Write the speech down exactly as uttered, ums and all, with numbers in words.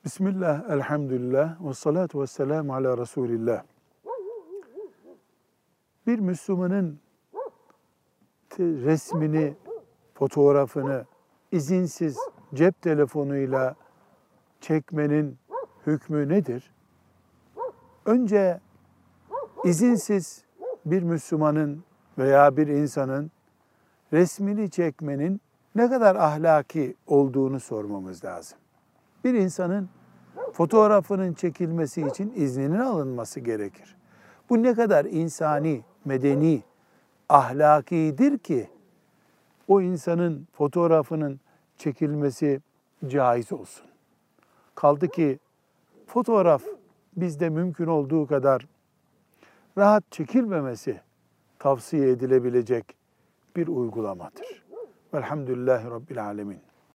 Bismillah, elhamdülillah, ve salatu ve selamu ala Resulillah. Bir Müslümanın resmini, fotoğrafını izinsiz cep telefonuyla çekmenin hükmü nedir? Önce izinsiz bir Müslümanın veya bir insanın resmini çekmenin ne kadar ahlaki olduğunu sormamız lazım. Bir insanın fotoğrafının çekilmesi için izninin alınması gerekir. Bu ne kadar insani, medeni, ahlakidir ki o insanın fotoğrafının çekilmesi caiz olsun. Kaldı ki fotoğraf bizde mümkün olduğu kadar rahat çekilmemesi tavsiye edilebilecek bir uygulamadır. Velhamdülillahi Rabbil Alemin.